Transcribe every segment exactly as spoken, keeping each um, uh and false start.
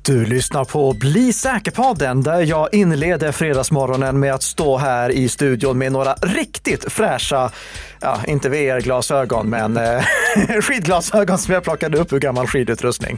Du lyssnar på Bli säker-podden där jag inleder fredagsmorgonen med att stå här i studion med några riktigt fräscha, ja, inte V R-glasögon, men eh, skidglasögon som jag plockade upp ur gammal skidutrustning.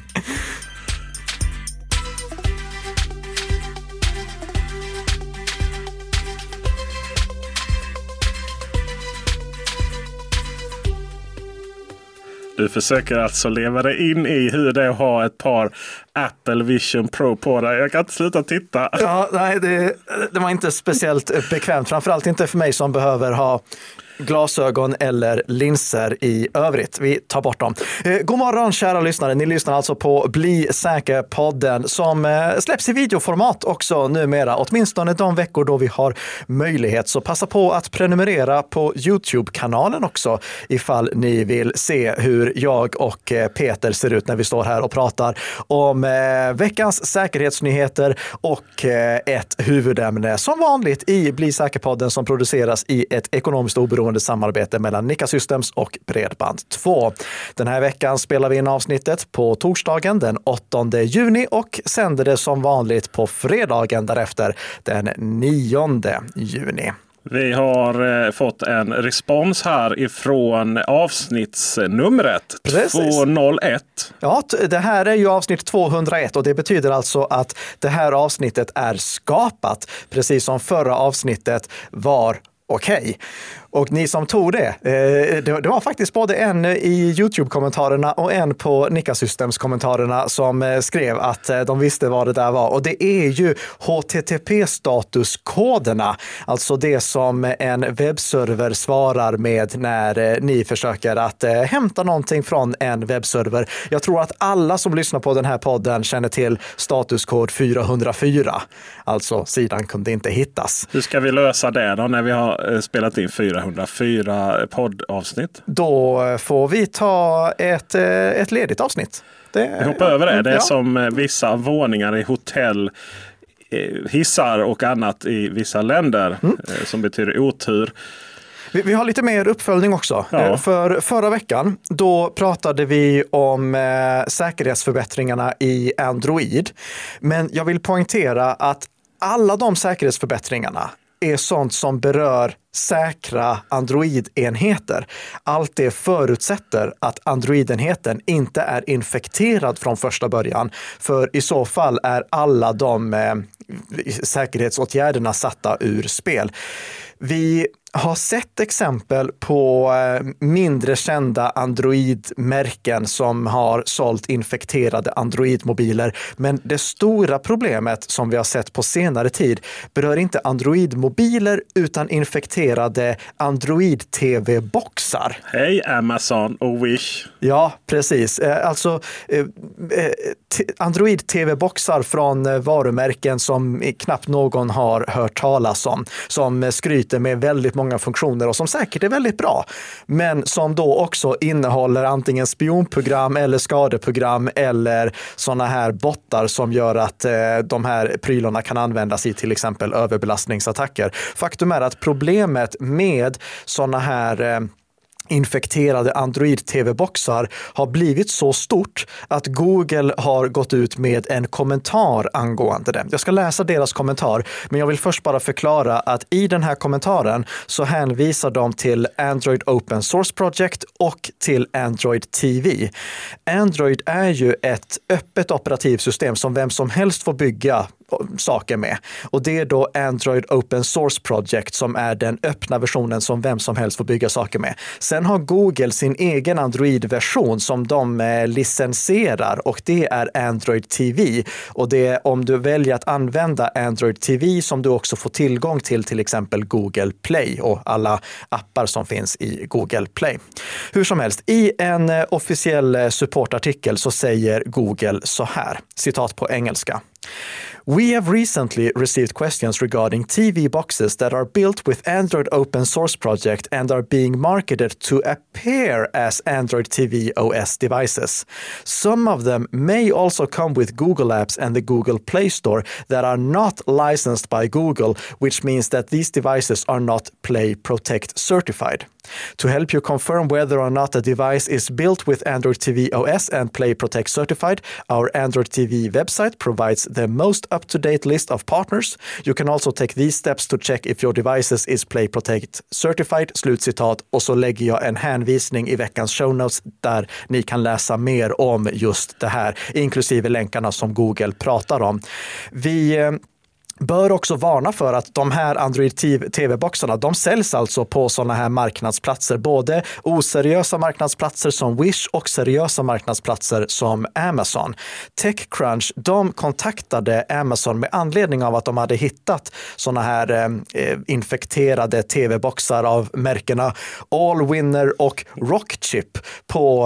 Du försöker alltså leva dig in i hur det är att ha ett par Apple Vision Pro på dig. Jag kan inte sluta titta. Ja, nej, det, det var inte speciellt bekvämt. Framförallt inte för mig som behöver ha glasögon eller linser i övrigt. Vi tar bort dem. Eh, god morgon kära lyssnare. Ni lyssnar alltså på Bli säker-podden som eh, släpps i videoformat också numera. Åtminstone de veckor då vi har möjlighet. Så passa på att prenumerera på YouTube-kanalen också ifall ni vill se hur jag och eh, Peter ser ut när vi står här och pratar om eh, veckans säkerhetsnyheter och eh, ett huvudämne som vanligt i Bli säker-podden som produceras i ett ekonomiskt oberoende samarbete mellan Nika Systems och Bredband två. Den här veckan spelar vi in avsnittet på torsdagen den åttonde juni och sänder det som vanligt på fredagen därefter den nionde juni. Vi har eh, fått en respons här ifrån avsnittsnumret Precis. tvåhundraett. Ja, det här är ju avsnitt tvåhundraett och det betyder alltså att det här avsnittet är skapat precis som förra avsnittet var okej. Okay. Och ni som tog det, det var faktiskt både en i YouTube-kommentarerna och en på Nika Systems-kommentarerna som skrev att de visste vad det där var. Och det är ju H T T P-statuskoderna, alltså det som en webbserver svarar med när ni försöker att hämta någonting från en webbserver. Jag tror att alla som lyssnar på den här podden känner till statuskod fyrahundrafyra. Alltså sidan kunde inte hittas. Hur ska vi lösa det då när vi har spelat in fyrahundrafyra poddavsnitt? Då får vi ta ett, ett ledigt avsnitt. Det, vi hoppar över det. Det är ja. som vissa våningar i hotell, hissar och annat i vissa länder mm. som betyder otur. Vi, vi har lite mer uppföljning också. Ja. För förra veckan då pratade vi om eh, säkerhetsförbättringarna i Android. Men jag vill poängtera att alla de säkerhetsförbättringarna är sånt som berör säkra Android-enheter. Allt det förutsätter att Android-enheten inte är infekterad från första början. För i så fall är alla de eh, säkerhetsåtgärderna satta ur spel. Vi har sett exempel på mindre kända Android-märken som har sålt infekterade Android-mobiler. Men det stora problemet som vi har sett på senare tid berör inte Android-mobiler utan infekterade Android-T V-boxar. Hej Amazon och Wish. Ja, precis. Alltså Android-T V-boxar från varumärken som knappt någon har hört talas om. Som skryter med väldigt många många funktioner och som säkert är väldigt bra, men som då också innehåller antingen spionprogram eller skadeprogram eller sådana här bottar som gör att eh, de här prylarna kan användas i till exempel överbelastningsattacker. Faktum är att problemet med sådana här eh, infekterade Android-T V-boxar har blivit så stort att Google har gått ut med en kommentar angående det. Jag ska läsa deras kommentar, men jag vill först bara förklara att i den här kommentaren så hänvisar de till Android Open Source Project och till Android T V. Android är ju ett öppet operativsystem som vem som helst får bygga saker med. Och det är då Android Open Source Project som är den öppna versionen som vem som helst får bygga saker med. Sen har Google sin egen Android-version som de eh, licensierar och det är Android T V. Och det är om du väljer att använda Android T V som du också får tillgång till till exempel Google Play och alla appar som finns i Google Play. Hur som helst, i en eh, officiell supportartikel så säger Google så här, citat på engelska. We have recently received questions regarding T V boxes that are built with Android Open Source Project and are being marketed to appear as Android T V O S devices. Some of them may also come with Google Apps and the Google Play Store that are not licensed by Google, which means that these devices are not Play Protect certified. To help you confirm whether or not a device is built with Android T V O S and Play Protect certified, our Android T V website provides the most up-to-date list of partners. You can also take these steps to check if your devices is Play Protect certified. Slutcitat. Och så lägger jag en hänvisning i veckans show notes där ni kan läsa mer om just det här, inklusive länkarna som Google pratar om. Vi bör också varna för att de här Android T V-boxarna, de säljs alltså på sådana här marknadsplatser, både oseriösa marknadsplatser som Wish och seriösa marknadsplatser som Amazon. TechCrunch, de kontaktade Amazon med anledning av att de hade hittat sådana här eh, infekterade T V-boxar av märkena Allwinner och Rockchip på,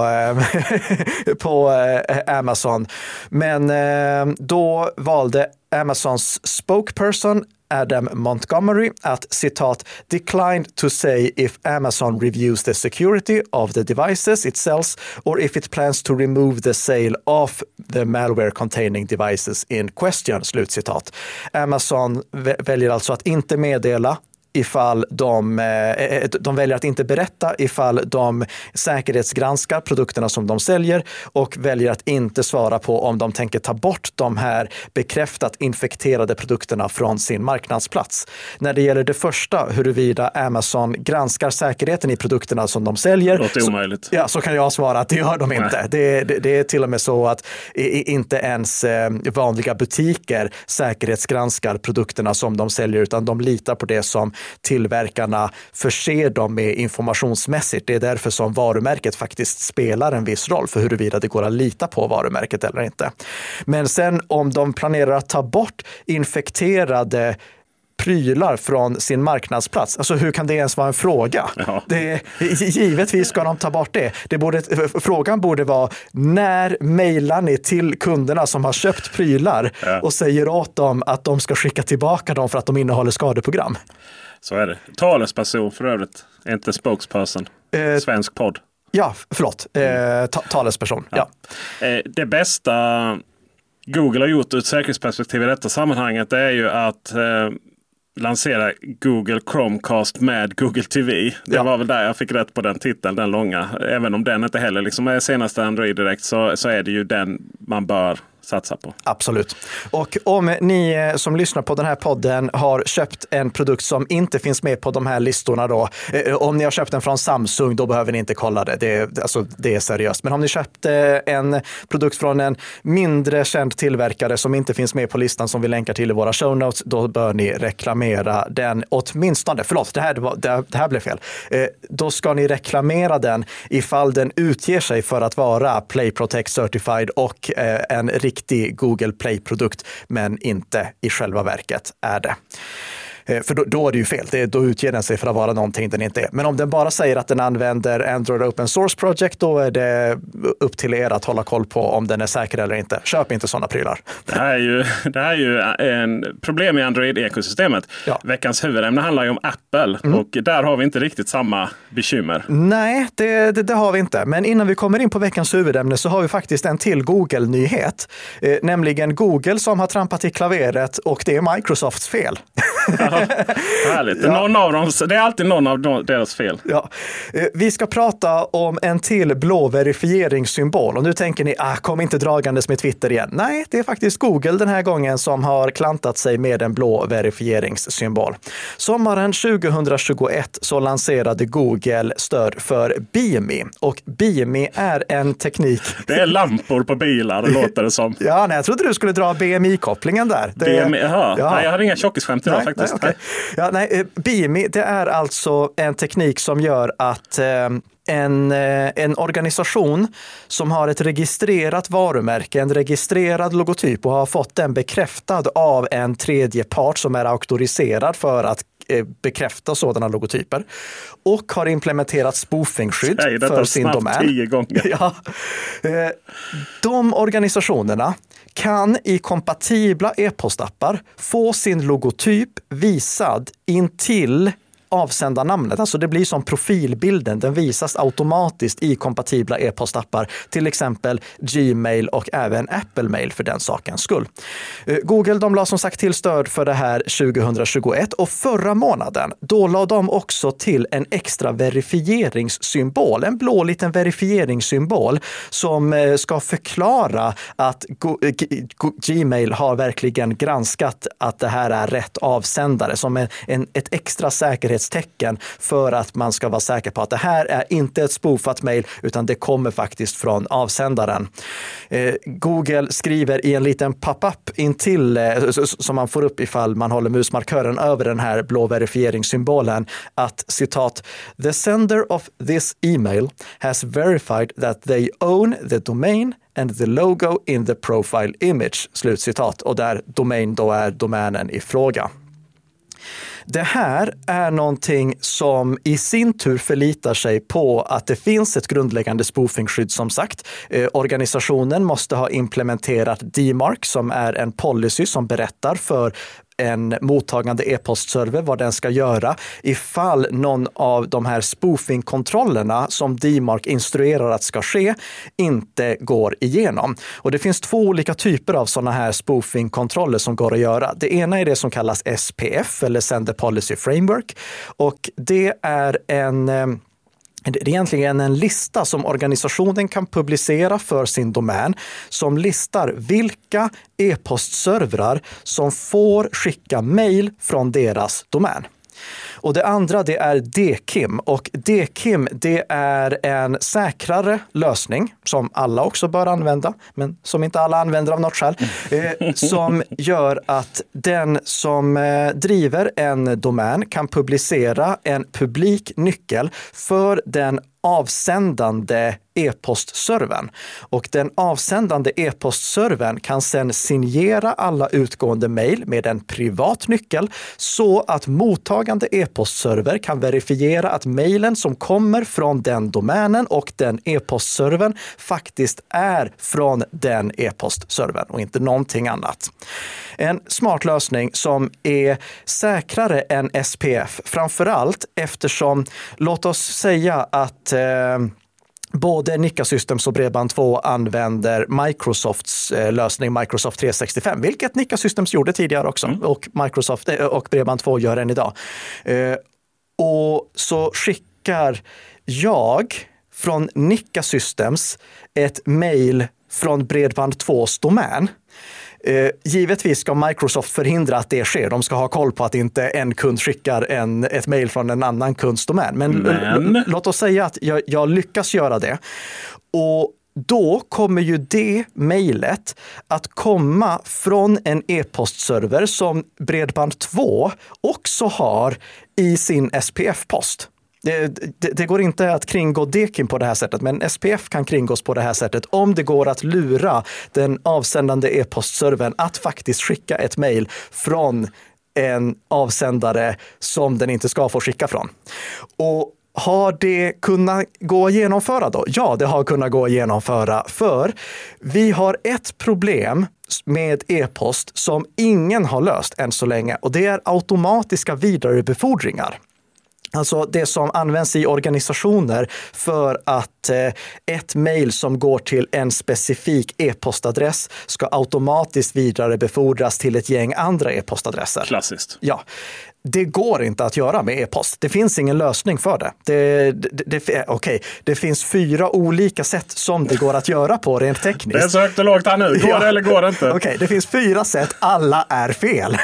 eh, på eh, Amazon. Men eh, då valde Amazons spokesperson Adam Montgomery att citat declined to say if Amazon reviews the security of the devices it sells or if it plans to remove the sale of the malware containing devices in question. Slutcitat. Amazon väljer alltså att inte meddela ifall de, de väljer att inte berätta ifall de säkerhetsgranskar produkterna som de säljer och väljer att inte svara på om de tänker ta bort de här bekräftat infekterade produkterna från sin marknadsplats. När det gäller det första, huruvida Amazon granskar säkerheten i produkterna som de säljer, det låter omöjligt. Så, ja, så kan jag svara att det gör de inte. Det, det, det är till och med så att inte ens vanliga butiker säkerhetsgranskar produkterna som de säljer, utan de litar på det som tillverkarna förser dem med informationsmässigt. Det är därför som varumärket faktiskt spelar en viss roll för huruvida det går att lita på varumärket eller inte. Men sen om de planerar att ta bort infekterade prylar från sin marknadsplats. Alltså hur kan det ens vara en fråga? Ja. Det, givetvis ska de ta bort det. det borde, frågan borde vara, när mejlar ni till kunderna som har köpt prylar ja. och säger åt dem att de ska skicka tillbaka dem för att de innehåller skadeprogram? Så är det. Talesperson för övrigt, inte spokesperson. Eh, Svensk podd. Ja, förlåt. Eh, ta- talesperson. Ja. Ja. Eh, det bästa Google har gjort ur ett säkerhetsperspektiv i detta sammanhanget är ju att eh, lansera Google Chromecast med Google T V. Det ja. var väl där jag fick rätt på den titeln, den långa. Även om den inte heller liksom är senaste Android direkt, så, så är det ju den man bör satsa på. Absolut. Och om ni som lyssnar på den här podden har köpt en produkt som inte finns med på de här listorna då, om ni har köpt den från Samsung, då behöver ni inte kolla det. Det är, alltså, det är seriöst. Men om ni köpte en produkt från en mindre känd tillverkare som inte finns med på listan som vi länkar till i våra show notes, då bör ni reklamera den åtminstone. Förlåt, det här, det, det här blev fel. Då ska ni reklamera den ifall den utger sig för att vara Play Protect certified och en riktig Google Play-produkt, men inte i själva verket är det. För då, då är det ju fel. Det, då utger den sig för att vara någonting den inte är. Men om den bara säger att den använder Android Open Source Project, då är det upp till er att hålla koll på om den är säker eller inte. Köp inte sådana prylar. Det här är ju, det här är ju en problem i Android-ekosystemet. Ja. Veckans huvudämne handlar ju om Apple mm. och där har vi inte riktigt samma bekymmer. Nej, det, det, det har vi inte. Men innan vi kommer in på veckans huvudämne så har vi faktiskt en till Google-nyhet. Eh, nämligen Google som har trampat i klaveret och det är Microsofts fel. Ja, härligt. Ja. Någon av dem, det är alltid någon av deras fel. Ja. Vi ska prata om en till blå verifieringssymbol. Och nu tänker ni, ah, kom inte dragandes med Twitter igen. Nej, det är faktiskt Google den här gången som har klantat sig med en blå verifieringssymbol. Sommaren tjugohundratjugoett så lanserade Google stöd för B I M I. Och B I M I är en teknik... Det är lampor på bilar, låter det som. Ja, nej, jag trodde du skulle dra B M I-kopplingen där. Det... B M I, aha. Ja. Nej, jag hade inga tjockisskämt idag. Nej, faktiskt. Nej, okay. ja, nej, B I M I, det är alltså en teknik som gör att eh, en, eh, en organisation som har ett registrerat varumärke, en registrerad logotyp och har fått den bekräftad av en tredje part som är auktoriserad för att eh, bekräfta sådana logotyper och har implementerat spoofing-skydd för sin domän. Tio gånger. Ja, eh, de organisationerna kan i kompatibla e-postappar få sin logotyp visad in till avsändarnamnet, alltså det blir som profilbilden, den visas automatiskt i kompatibla e-postappar, till exempel Gmail och även Apple Mail för den sakens skull. Google, de la som sagt till stöd för det här tjugohundratjugoett, och förra månaden då la de också till en extra verifieringssymbol, en blå liten verifieringssymbol som ska förklara att Gmail har verkligen granskat att det här är rätt avsändare, som en, en, ett extra säkerhetstecken för att man ska vara säker på att det här är inte ett spoofat mejl utan det kommer faktiskt från avsändaren. Eh, Google skriver i en liten pop-up intill eh, som man får upp ifall man håller musmarkören över den här blå verifieringssymbolen att citat "The sender of this email has verified that they own the domain and the logo in the profile image", slutcitat, och där domain då är domänen i fråga. Det här är någonting som i sin tur förlitar sig på att det finns ett grundläggande spoofingskydd som sagt. Eh, organisationen måste ha implementerat D MARC som är en policy som berättar för en mottagande e-postserver vad den ska göra ifall någon av de här spoofing-kontrollerna som D MARC instruerar att ska ske inte går igenom. Och det finns två olika typer av sådana här spoofing-kontroller som går att göra. Det ena är det som kallas S P F eller Sender Policy Framework, och det är en Det är egentligen en lista som organisationen kan publicera för sin domän som listar vilka e-postservrar som får skicka mejl från deras domän. Och det andra det är D K I M, och D K I M det är en säkrare lösning som alla också bör använda, men som inte alla använder av något skäl, eh, som gör att den som eh, driver en domän kan publicera en publik nyckel för den avsändande e-postservern, och den avsändande e-postservern kan sedan signera alla utgående mejl med en privat nyckel så att mottagande e-postserver kan verifiera att mejlen som kommer från den domänen och den e-postservern faktiskt är från den e-postservern och inte någonting annat. En smart lösning som är säkrare än S P F, framförallt eftersom, låt oss säga att eh, både Nikka Systems och Bredband två använder Microsofts eh, lösning Microsoft tre sextiofem, vilket Nikka Systems gjorde tidigare också, mm. och Microsoft eh, och Bredband två gör än idag. Eh, och så skickar jag från Nikka Systems ett mejl från Bredband tvås domän. Eh, givetvis ska Microsoft förhindra att det sker. De ska ha koll på att inte en kund skickar en, ett mejl från en annan kunds domän. Men, Men... L- låt oss säga att jag, jag lyckas göra det. Och då kommer ju det mejlet att komma från en e-postserver som Bredband två också har i sin S P F-post. Det, det, det går inte att kringgå D K I M på det här sättet, men S P F kan kringgås på det här sättet om det går att lura den avsändande e-postservern att faktiskt skicka ett mejl från en avsändare som den inte ska få skicka från. Och har det kunnat gå att genomföra då? Ja, det har kunnat gå att genomföra, för vi har ett problem med e-post som ingen har löst än så länge, och det är automatiska vidarebefordringar. Alltså det som används i organisationer för att ett mejl som går till en specifik e-postadress ska automatiskt vidarebefordras till ett gäng andra e-postadresser. Klassiskt. Ja. Det går inte att göra med e-post. Det finns ingen lösning för det. Det, det, det, okay. det finns fyra olika sätt som det går att göra på rent tekniskt. Det är så högt och lågt här nu. Går ja. det eller går det inte? Okej, okay. Det finns fyra sätt. Alla är fel.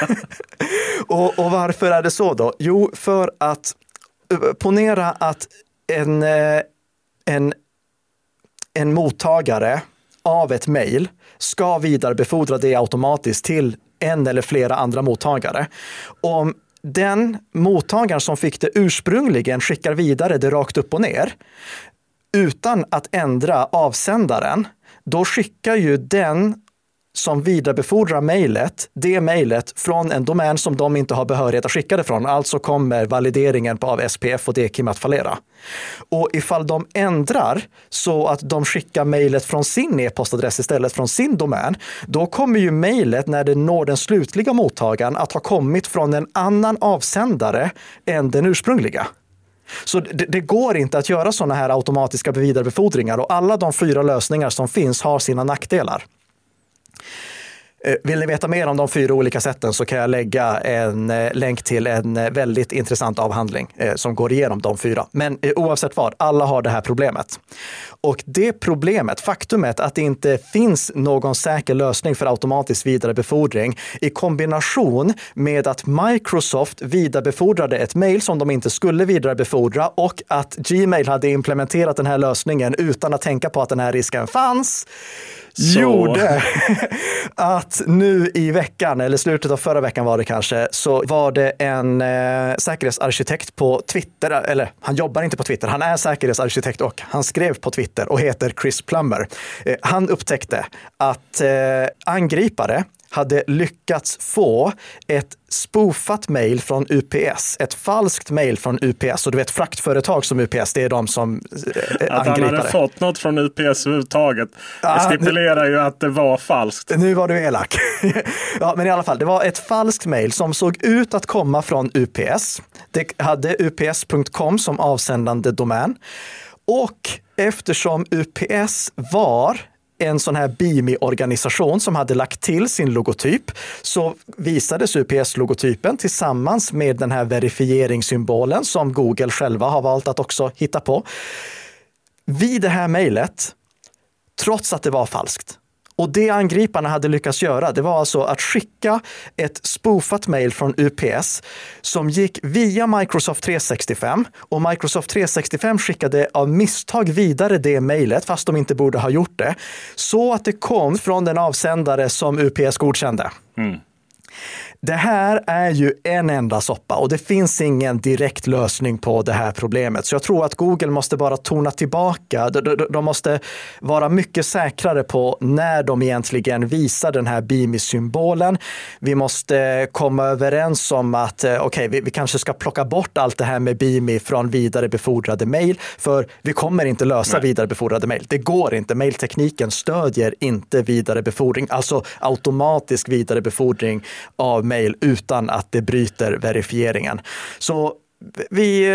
och, och varför är det så då? Jo, för att ponera att en, en, en mottagare av ett mejl ska vidarebefordra det automatiskt till en eller flera andra mottagare. Om den mottagaren som fick det ursprungligen skickar vidare det rakt upp och ner utan att ändra avsändaren, då skickar ju den som vidarebefordrar mejlet, det mejlet från en domän som de inte har behörighet att skicka det från. Alltså kommer valideringen av S P F och D K I M att fallera. Och ifall de ändrar så att de skickar mejlet från sin e-postadress istället från sin domän, då kommer ju mejlet när det når den slutliga mottagaren att ha kommit från en annan avsändare än den ursprungliga. Så det, det går inte att göra sådana här automatiska vidarebefordringar, och alla de fyra lösningar som finns har sina nackdelar. Vill ni veta mer om de fyra olika sätten så kan jag lägga en länk till en väldigt intressant avhandling som går igenom de fyra. Men oavsett vad, alla har det här problemet. Och det problemet, faktumet att det inte finns någon säker lösning för automatisk vidarebefordring i kombination med att Microsoft vidarebefordrade ett mejl som de inte skulle vidarebefordra och att Gmail hade implementerat den här lösningen utan att tänka på att den här risken fanns, Så. gjorde att nu i veckan, eller slutet av förra veckan var det kanske, så var det en eh, säkerhetsarkitekt på Twitter, eller han jobbar inte på Twitter, han är säkerhetsarkitekt och han skrev på Twitter och heter Chris Plummer. Eh, han upptäckte att eh, angripare hade lyckats få ett spoofat mejl från U P S, ett falskt mejl från U P S. Och du vet, fraktföretag som U P S, det är de som eh, Att han hade fått något från U P S överhuvudtaget. Det stipulerar ju att det var falskt. Nu var du elak. Ja, men i alla fall, det var ett falskt mejl som såg ut att komma från U P S. Det hade U P S punkt com som avsändande domän. Och eftersom U P S var en sån här B I M I-organisation som hade lagt till sin logotyp, så visades U P S-logotypen tillsammans med den här verifieringssymbolen som Google själva har valt att också hitta på vid det här mejlet, trots att det var falskt. Och det angriparna hade lyckats göra, det var alltså att skicka ett spoofat mejl från U P S som gick via Microsoft tre sextiofem, och Microsoft tre sextiofem skickade av misstag vidare det mejlet, fast de inte borde ha gjort det, så att det kom från den avsändare som U P S godkände. Mm. Det här är ju en enda soppa och det finns ingen direkt lösning på det här problemet. Så jag tror att Google måste bara tona tillbaka. De måste vara mycket säkrare på när de egentligen visar den här B I M I-symbolen. Vi måste komma överens om att okej, okay, vi, vi kanske ska plocka bort allt det här med B I M I från vidarebefordrade mejl, för vi kommer inte lösa Nej. vidarebefordrade mejl. Det går inte. Mailtekniken stödjer inte vidarebefordring, alltså automatisk vidarebefordring av mejl utan att det bryter verifieringen. Så vi,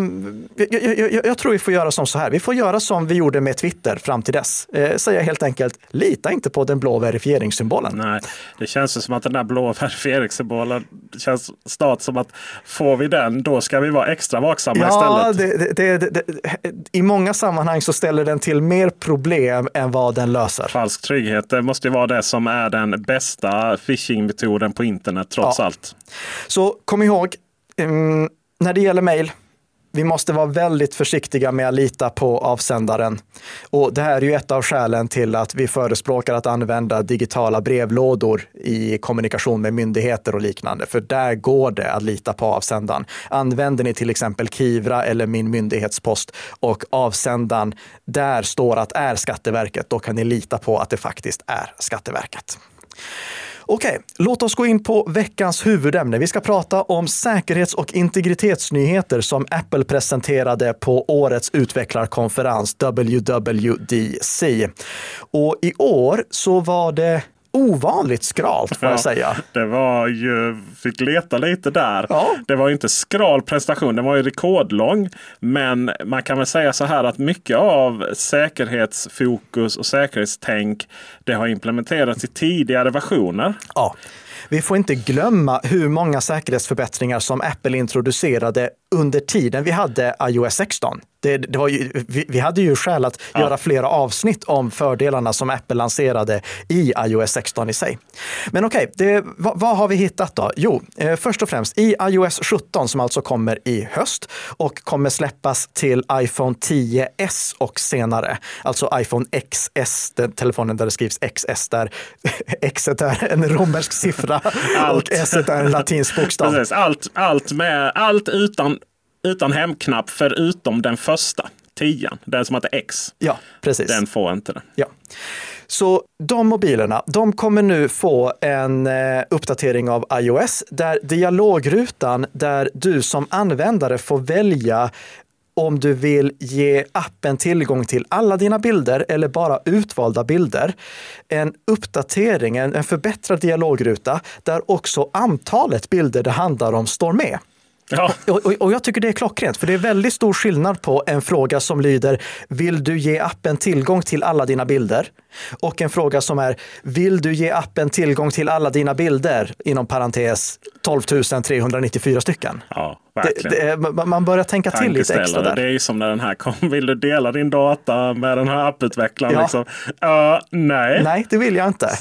jag, jag, jag tror vi får göra som så här. Vi får göra som vi gjorde med Twitter fram till dess. Eh, säga helt enkelt, lita inte på den blå verifieringssymbolen. Nej, det känns som att den där blå verifieringssymbolen känns snart som att får vi den, då ska vi vara extra vaksamma ja, istället. Det, det, det, det, i många sammanhang så ställer den till mer problem än vad den löser. Falsk trygghet, det måste ju vara det som är den bästa phishing-metoden på internet trots ja. allt. Så kom ihåg, um, när det gäller mejl, vi måste vara väldigt försiktiga med att lita på avsändaren. Och det här är ju ett av skälen till att vi förespråkar att använda digitala brevlådor i kommunikation med myndigheter och liknande. För där går det att lita på avsändaren. Använder ni till exempel Kivra eller Min myndighetspost och avsändaren där står att är Skatteverket, då kan ni lita på att det faktiskt är Skatteverket. Okej, låt oss gå in på veckans huvudämne. Vi ska prata om säkerhets- och integritetsnyheter som Apple presenterade på årets utvecklarkonferens W W D C. Och i år så var det ovanligt skralt, får ja, jag säga. Det var ju, fick leta lite där. Ja. Det var ju inte skral prestation, det var ju rekordlång. Men man kan väl säga så här att mycket av säkerhetsfokus och säkerhetstänk, det har implementerats i tidigare versioner. Ja. Vi får inte glömma hur många säkerhetsförbättringar som Apple introducerade under tiden vi hade i O S sexton. Det, det var ju, vi, vi hade ju skäl att ja. göra flera avsnitt om fördelarna som Apple lanserade i i O S sexton i sig. Men okej, det, vad, vad har vi hittat då? Jo, eh, först och främst i i O S sjutton som alltså kommer i höst och kommer släppas till iPhone tio S och senare. Alltså iPhone X S, den telefonen där det skrivs X S, där X är en romersk siffra och S är en latinsk bokstav. Precis, allt, allt, med, allt utan utan hemknapp förutom den första tian. Den som heter X. Ja, precis. Den får inte det. Ja. Så de mobilerna, de kommer nu få en eh, uppdatering av iOS där dialogrutan där du som användare får välja om du vill ge appen tillgång till alla dina bilder eller bara utvalda bilder. En uppdatering, en, en förbättrad dialogruta där också antalet bilder det handlar om står med. Ja. Och, och, och jag tycker det är klockrent, för det är väldigt stor skillnad på en fråga som lyder: vill du ge appen tillgång till alla dina bilder? Och en fråga som är: vill du ge appen tillgång till alla dina bilder? Inom parentes tolv tusen trehundranittiofyra stycken. Ja, verkligen. Det, det, man börjar tänka till lite extra där. Det är ju som när den här kom: vill du dela din data med den här apputvecklaren? Ja. Liksom. Uh, nej. Nej, det vill jag inte.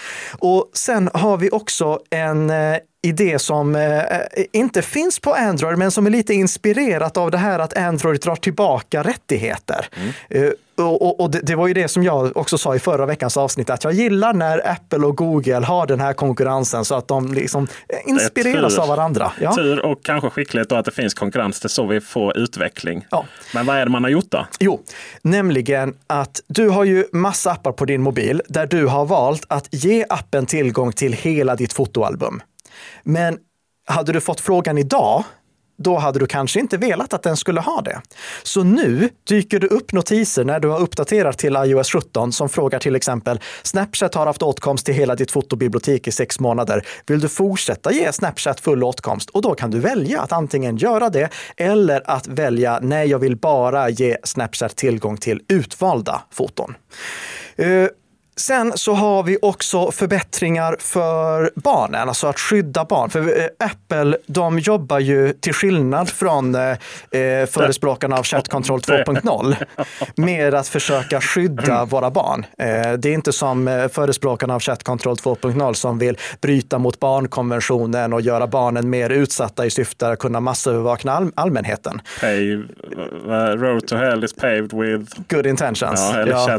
Och sen har vi också en eh, idé som eh, inte finns på Android, men som är lite inspirerat av det här att Android drar tillbaka rättigheter. Mm. Eh, och och, och det, det var ju det som jag också sa i förra veckans avsnitt, att jag gillar när Apple och Google har den här konkurrensen så att de liksom inspireras av varandra. Ja. Tur och kanske skicklighet då att det finns konkurrens, det är så vi får utveckling. Ja. Men vad är det man har gjort då? Jo, nämligen att du har ju massa appar på din mobil där du har valt att ge appen tillgång till hela ditt fotoalbum. Men hade du fått frågan idag, då hade du kanske inte velat att den skulle ha det. Så nu dyker det upp notiser när du har uppdaterat till iOS sjutton som frågar till exempel: Snapchat har haft åtkomst till hela ditt fotobibliotek i sex månader. Vill du fortsätta ge Snapchat full åtkomst? Och då kan du välja att antingen göra det eller att välja: nej, jag vill bara ge Snapchat tillgång till utvalda foton. Uh, Sen så har vi också förbättringar för barnen, alltså att skydda barn. För Apple, de jobbar ju till skillnad från eh, förespråkarna av Chat Control två punkt noll med att försöka skydda våra barn. Eh, det är inte som förespråkarna av Chat Control två punkt noll som vill bryta mot barnkonventionen och göra barnen mer utsatta i syfte att kunna massövervaka all- allmänheten. Pave, uh, road to hell is paved with good intentions. Ja, eller, ja. Chat,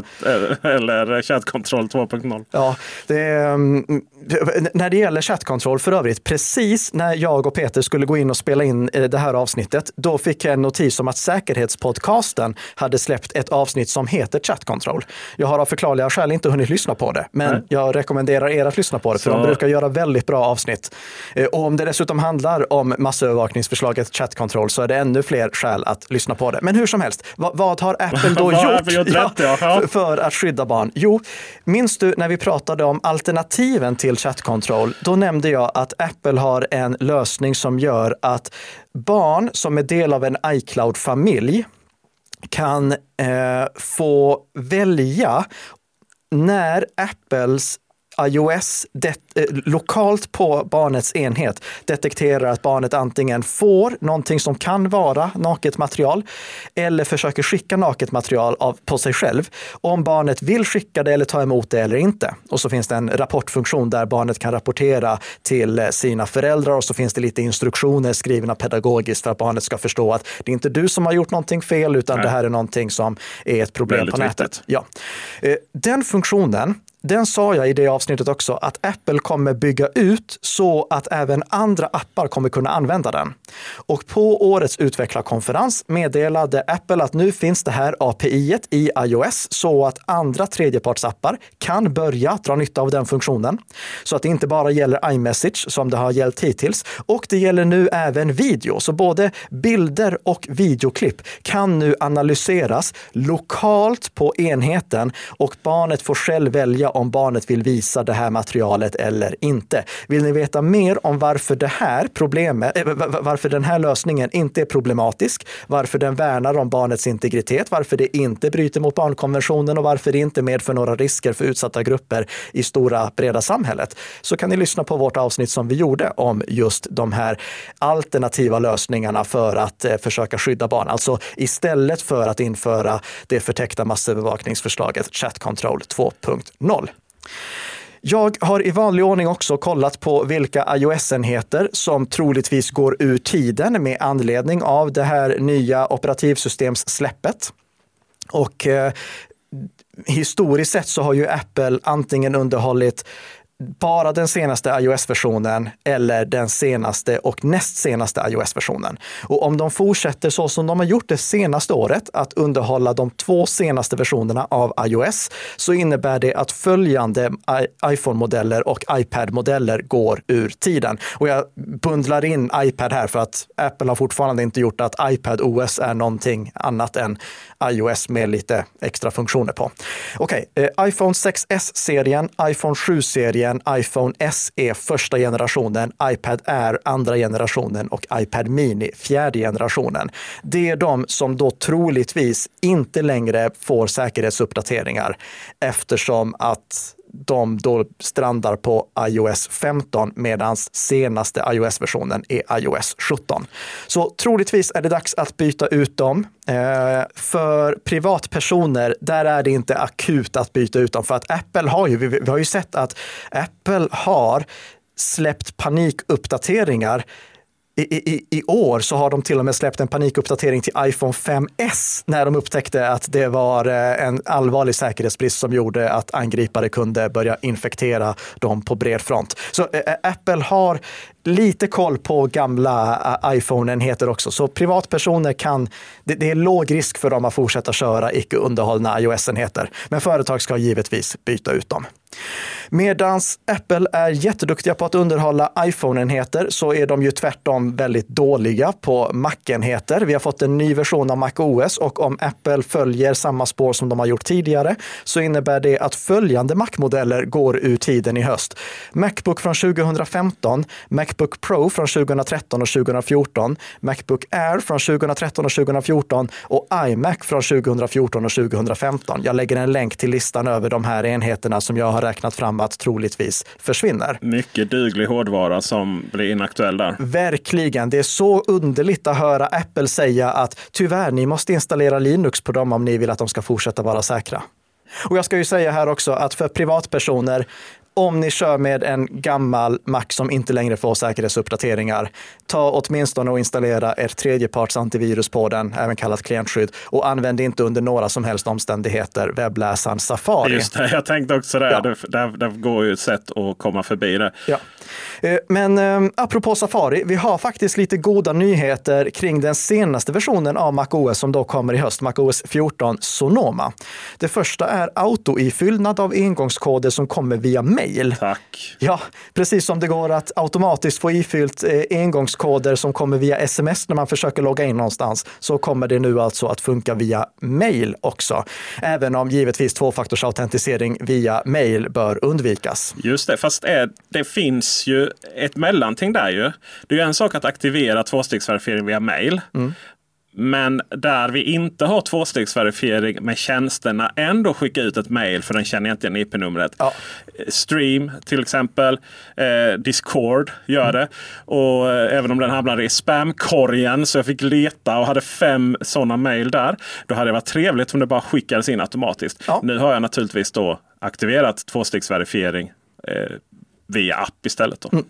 eller Chat Control två punkt noll. Ja, det är, när det gäller Chat Control för övrigt, precis när jag och Peter skulle gå in och spela in det här avsnittet, då fick jag en notis om att Säkerhetspodcasten hade släppt ett avsnitt som heter Chat Control. Jag har av förklarliga skäl inte hunnit lyssna på det, men Nej. jag rekommenderar er att lyssna på det, för Så... de brukar göra väldigt bra avsnitt. Och om det dessutom handlar om massövervakningsförslaget Chat Control så är det ännu fler skäl att lyssna på det. Men hur som helst, vad, vad har Apple då gjort, gjort ja, ja. för, för att skydda barn? Jo, minns du när vi pratade om alternativen till Chat Control? Då nämnde jag att Apple har en lösning som gör att barn som är del av en iCloud-familj kan eh, få välja när Apples iOS det, eh, lokalt på barnets enhet detekterar att barnet antingen får någonting som kan vara naket material eller försöker skicka naket material av, på sig själv. Om barnet vill skicka det eller ta emot det eller inte. Och så finns det en rapportfunktion där barnet kan rapportera till sina föräldrar, och så finns det lite instruktioner skrivna pedagogiskt för att barnet ska förstå att det är inte du som har gjort någonting fel, utan Nej. det här är någonting som är ett problem Väldigt på nätet. Viktigt. Ja. Den funktionen, den sa jag i det avsnittet också, att Apple kommer bygga ut så att även andra appar kommer kunna använda den. Och på årets utvecklarkonferens meddelade Apple att nu finns det här A P I-et i iOS så att andra tredjepartsappar kan börja dra nytta av den funktionen. Så att det inte bara gäller iMessage som det har gällt hittills, och det gäller nu även video. Så både bilder och videoklipp kan nu analyseras lokalt på enheten, och barnet får själv välja om barnet vill visa det här materialet eller inte. Vill ni veta mer om varför det här problemet, äh, varför den här lösningen inte är problematisk, varför den värnar om barnets integritet, varför det inte bryter mot barnkonventionen och varför det inte medför några risker för utsatta grupper i stora breda samhället, så kan ni lyssna på vårt avsnitt som vi gjorde om just de här alternativa lösningarna för att eh, försöka skydda barn. Alltså istället för att införa det förtäckta massövervakningsförslaget Chat Control två punkt noll. Jag har i vanlig ordning också kollat på vilka iOS-enheter som troligtvis går ur tiden med anledning av det här nya operativsystemssläppet. Och eh, historiskt sett så har ju Apple antingen underhållit bara den senaste iOS-versionen eller den senaste och näst senaste iOS-versionen. Och om de fortsätter så som de har gjort det senaste året, att underhålla de två senaste versionerna av iOS, så innebär det att följande iPhone-modeller och iPad-modeller går ur tiden. Och jag bundlar in iPad här för att Apple har fortfarande inte gjort att iPadOS är någonting annat än iOS med lite extra funktioner på. Okej, okay, eh, iPhone sex S-serien, iPhone sju-serien, iPhone S E första generationen, iPad Air andra generationen och iPad Mini fjärde generationen. Det är de som då troligtvis inte längre får säkerhetsuppdateringar eftersom att de då strandar på iOS femton medan senaste iOS-versionen är iOS sjutton. Så troligtvis är det dags att byta ut dem. För privatpersoner, där är det inte akut att byta ut dem, för att Apple har ju, vi har ju sett att Apple har släppt panikuppdateringar. I, i, I år så har de till och med släppt en panikuppdatering till iPhone fem S när de upptäckte att det var en allvarlig säkerhetsbrist som gjorde att angripare kunde börja infektera dem på bred front. Så äh, Apple har lite koll på gamla äh, iPhone-enheter också. Så privatpersoner kan, det, det är låg risk för dem att fortsätta köra icke underhållna iOS-enheter. Men företag ska givetvis byta ut dem. Medans Apple är jätteduktiga på att underhålla iPhone-enheter så är de ju tvärtom väldigt dåliga på Mac-enheter. Vi har fått en ny version av macOS och om Apple följer samma spår som de har gjort tidigare så innebär det att följande Mac-modeller går ur tiden i höst. Macbook från tjugohundrafemton, Macbook Pro från tjugotretton och tjugofjorton, Macbook Air från tjugotretton och tjugofjorton och iMac från tjugofjorton och tjugofemton. Jag lägger en länk till listan över de här enheterna som jag har räknat fram att troligtvis försvinner. Mycket duglig hårdvara som blir inaktuell där. Verkligen. Det är så underligt att höra Apple säga att tyvärr, ni måste installera Linux på dem om ni vill att de ska fortsätta vara säkra. Och jag ska ju säga här också att för privatpersoner, om ni kör med en gammal Mac som inte längre får säkerhetsuppdateringar, ta åtminstone och installera ett tredjeparts antivirus på den, även kallat klientskydd, och använd inte under några som helst omständigheter webbläsaren Safari. Just det, jag tänkte också det. Ja. Det, det, det går ju ett sätt att komma förbi det. Ja. Men eh, apropå Safari, vi har faktiskt lite goda nyheter kring den senaste versionen av macOS som då kommer i höst, macOS fjorton Sonoma. Det första är autoifyllnad av engångskoder som kommer via mail. Tack. Ja, precis som det går att automatiskt få ifyllt eh, engångskoder som kommer via sms när man försöker logga in någonstans, så kommer det nu alltså att funka via mail också. Även om givetvis tvåfaktorsautentisering via mail bör undvikas. Just det, fast är, det finns ju ett mellanting där ju. Det är ju en sak att aktivera tvåstegsverifiering via mail. Mm. Men där vi inte har tvåstegsverifiering med tjänsterna ändå skicka ut ett mejl för den känner inte igen I P-numret. Ja. Stream till exempel, eh, Discord gör det. Och eh, även om den hamnade i spamkorgen så jag fick leta och hade fem sådana mejl där. Då hade det varit trevligt om det bara skickades in automatiskt. Ja. Nu har jag naturligtvis då aktiverat tvåstegsverifiering eh, via app istället då. Mm.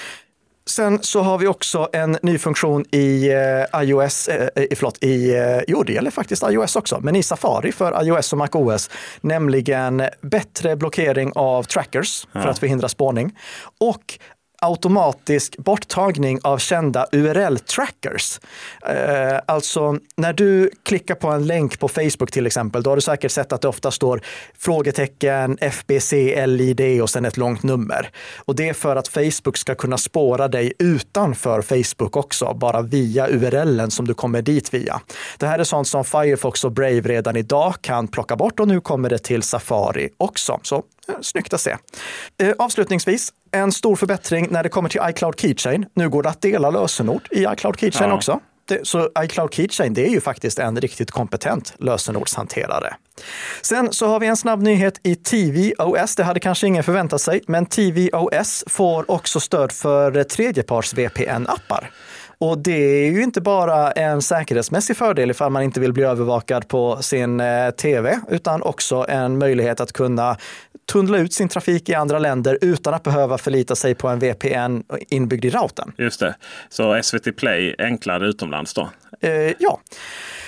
Sen så har vi också en ny funktion i eh, iOS, eh, förlåt, i, eh, jo det gäller faktiskt iOS också, men i Safari för iOS och macOS, nämligen bättre blockering av trackers ja. för att förhindra spårning och automatisk borttagning av kända U R L-trackers. Eh, alltså när du klickar på en länk på Facebook till exempel, då har du säkert sett att det ofta står frågetecken, F B C, L I D och sen ett långt nummer. Och det är för att Facebook ska kunna spåra dig utanför Facebook också, bara via U R L:en som du kommer dit via. Det här är sånt som Firefox och Brave redan idag kan plocka bort och nu kommer det till Safari också. Så snyggt att se. Eh, avslutningsvis, en stor förbättring när det kommer till iCloud Keychain. Nu går det att dela lösenord i iCloud Keychain ja. också. Det, så iCloud Keychain, det är ju faktiskt en riktigt kompetent lösenordshanterare. Sen så har vi en snabb nyhet i tvOS. Det hade kanske ingen förväntat sig, men tvOS får också stöd för tredjeparts V P N-appar. Och det är ju inte bara en säkerhetsmässig fördel ifall man inte vill bli övervakad på sin eh, tv, utan också en möjlighet att kunna tunnla ut sin trafik i andra länder utan att behöva förlita sig på en V P N inbyggd i routern. Just det. Så S V T Play enklare utomlands då? Eh, ja.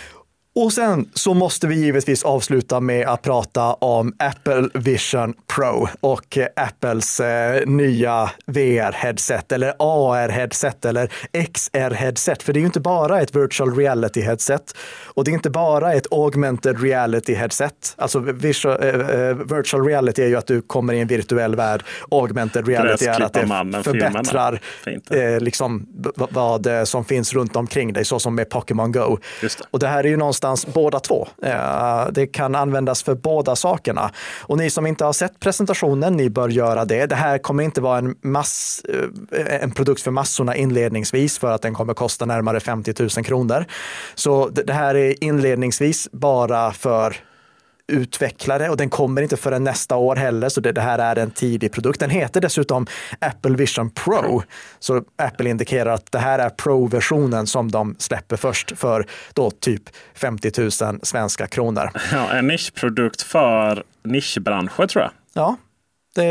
Och sen så måste vi givetvis avsluta med att prata om Apple Vision Pro och Apples eh, nya V R-headset eller A R-headset eller X R-headset. För det är ju inte bara ett virtual reality-headset och det är inte bara ett augmented reality-headset. Alltså visual, eh, virtual reality är ju att du kommer i en virtuell värld. Augmented reality är att det förbättrar eh, liksom, vad som finns runt omkring dig, så som med Pokémon Go. Just det. Och det här är ju någonstans båda två. Det kan användas för båda sakerna. Och ni som inte har sett presentationen, ni bör göra det. Det här kommer inte vara en, mass, en produkt för massorna inledningsvis, för att den kommer kosta närmare femtio tusen kronor. Så det här är inledningsvis bara för utvecklare och den kommer inte förrän nästa år heller, så det, det här är en tidig produkt. Den heter dessutom Apple Vision Pro, så Apple indikerar att det här är Pro-versionen som de släpper först för då typ femtio tusen svenska kronor. Ja, en nischprodukt för nischbranscher tror jag. Ja. Det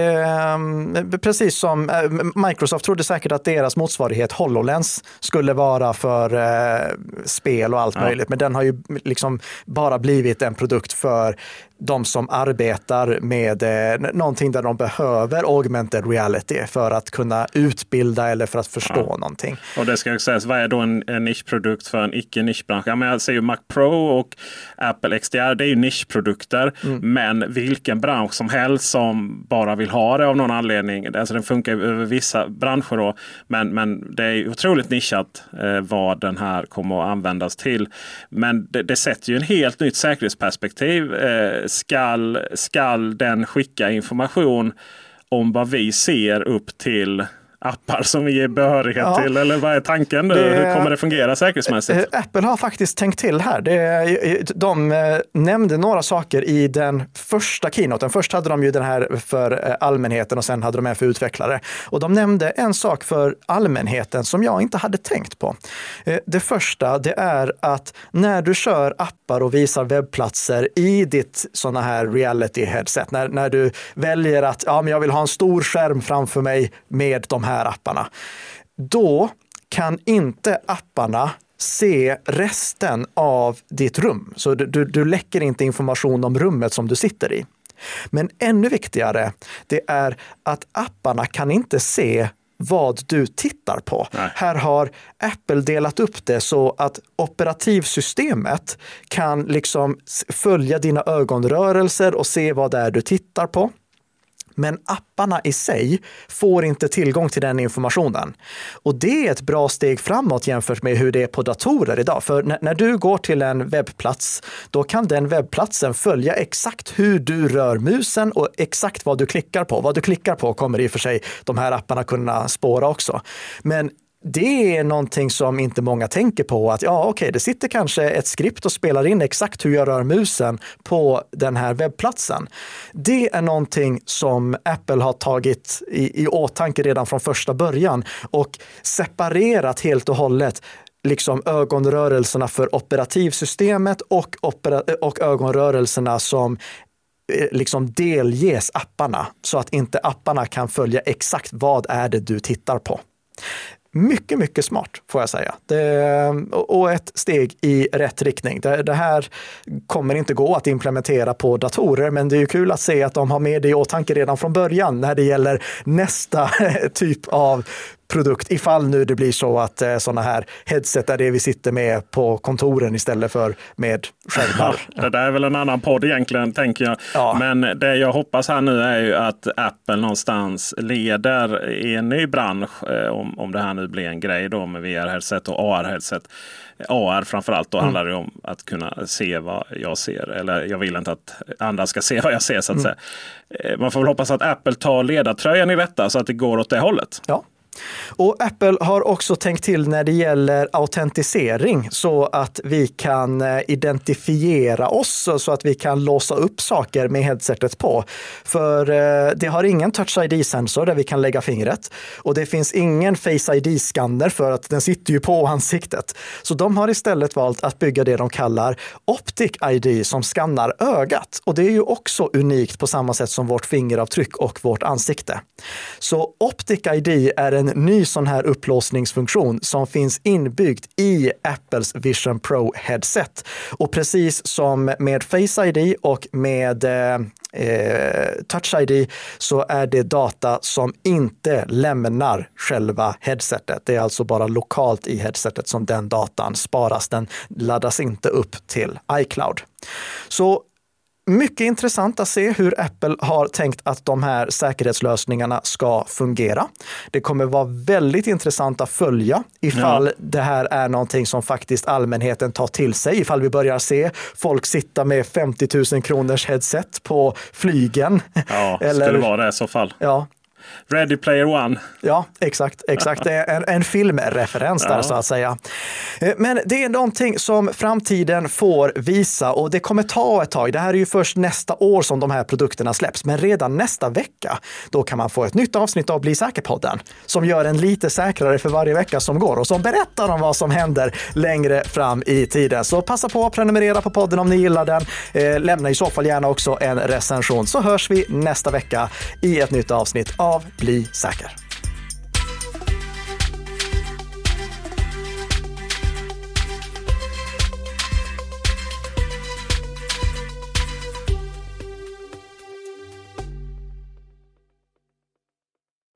är precis som Microsoft trodde säkert att deras motsvarighet HoloLens skulle vara för eh, spel och allt ja. möjligt, men den har ju liksom bara blivit en produkt för de som arbetar med eh, någonting där de behöver augmented reality för att kunna utbilda eller för att förstå ja. någonting. Och det ska jag säga, vad är då en, en nischprodukt för en icke-nischbransch? Ja, men jag ser ju Mac Pro och Apple X D R, det är ju nischprodukter, mm. men vilken bransch som helst som bara vill ha det av någon anledning, alltså den funkar ju över vissa branscher då, men, men det är otroligt nischat eh, vad den här kommer att användas till. Men det, det sätter ju en helt nytt säkerhetsperspektiv. Eh, Skall, skall den skicka information om vad vi ser upp till appar som vi ger behörighet ja. till? Eller vad är tanken nu? Det, Hur kommer det fungera säkerhetsmässigt? Apple har faktiskt tänkt till här. Det, de nämnde några saker i den första keynoten. Först hade de ju den här för allmänheten och sen hade de en för utvecklare. Och de nämnde en sak för allmänheten som jag inte hade tänkt på. Det första, det är att när du kör appar och visar webbplatser i ditt såna här reality headset, när, när du väljer att ja, men jag vill ha en stor skärm framför mig med de här här apparna, då kan inte apparna se resten av ditt rum. Så du, du, du läcker inte information om rummet som du sitter i. Men ännu viktigare, det är att apparna kan inte se vad du tittar på. Nej. Här har Apple delat upp det så att operativsystemet kan liksom följa dina ögonrörelser och se vad det är du tittar på. Men apparna i sig får inte tillgång till den informationen. Och det är ett bra steg framåt jämfört med hur det är på datorer idag. För när, när du går till en webbplats, då kan den webbplatsen följa exakt hur du rör musen och exakt vad du klickar på. Vad du klickar på kommer i och för sig de här apparna kunna spåra också. Men det är någonting som inte många tänker på, att ja okej, okay, det sitter kanske ett skript och spelar in exakt hur jag rör musen på den här webbplatsen. Det är någonting som Apple har tagit i, i åtanke redan från första början och separerat helt och hållet liksom ögonrörelserna för operativsystemet och, opera- och ögonrörelserna som liksom delges apparna, så att inte apparna kan följa exakt vad är det du tittar på. Mycket, mycket smart får jag säga. Det, och ett steg i rätt riktning. Det, det här kommer inte gå att implementera på datorer, men det är ju kul att se att de har med det i åtanke redan från början när det gäller nästa typ av produkt, ifall nu det blir så att eh, sådana här headset är det vi sitter med på kontoren istället för med skärmar. Ja, det där är väl en annan podd egentligen, tänker jag. Ja. Men det jag hoppas här nu är ju att Apple någonstans leder i en ny bransch, eh, om, om det här nu blir en grej då med V R-headset och A R-headset. A R framförallt, då mm. handlar det om att kunna se vad jag ser. Eller jag vill inte att andra ska se vad jag ser, så att mm. säga. Man får väl hoppas att Apple tar ledartröjan i detta så att det går åt det hållet. Ja. Och Apple har också tänkt till när det gäller autentisering så att vi kan identifiera oss så att vi kan låsa upp saker med headsetet på. För det har ingen Touch I D-sensor där vi kan lägga fingret och det finns ingen Face I D-skanner för att den sitter ju på ansiktet. Så de har istället valt att bygga det de kallar Optic I D som skannar ögat, och det är ju också unikt på samma sätt som vårt fingeravtryck och vårt ansikte. Så Optic I D är en ny sån här upplåsningsfunktion som finns inbyggd i Apples Vision Pro headset. Och precis som med Face I D och med eh, Touch I D så är det data som inte lämnar själva headsetet. Det är alltså bara lokalt i headsetet som den datan sparas. Den laddas inte upp till iCloud. Så mycket intressant att se hur Apple har tänkt att de här säkerhetslösningarna ska fungera. Det kommer vara väldigt intressant att följa ifall ja. det här är någonting som faktiskt allmänheten tar till sig. Ifall vi börjar se folk sitta med femtio tusen kronors headset på flygen. Ja, Eller, skulle vara det i så fall. Ja. Ready Player One. Ja, exakt. exakt. Det är en, en filmreferens där ja. så att säga. Men det är någonting som framtiden får visa och det kommer ta ett tag. Det här är ju först nästa år som de här produkterna släpps. Men redan nästa vecka, då kan man få ett nytt avsnitt av Bli säker-podden som gör en lite säkrare för varje vecka som går och som berättar om vad som händer längre fram i tiden. Så passa på att prenumerera på podden om ni gillar den. Eh, lämna i så fall gärna också en recension så hörs vi nästa vecka i ett nytt avsnitt av Bli säker.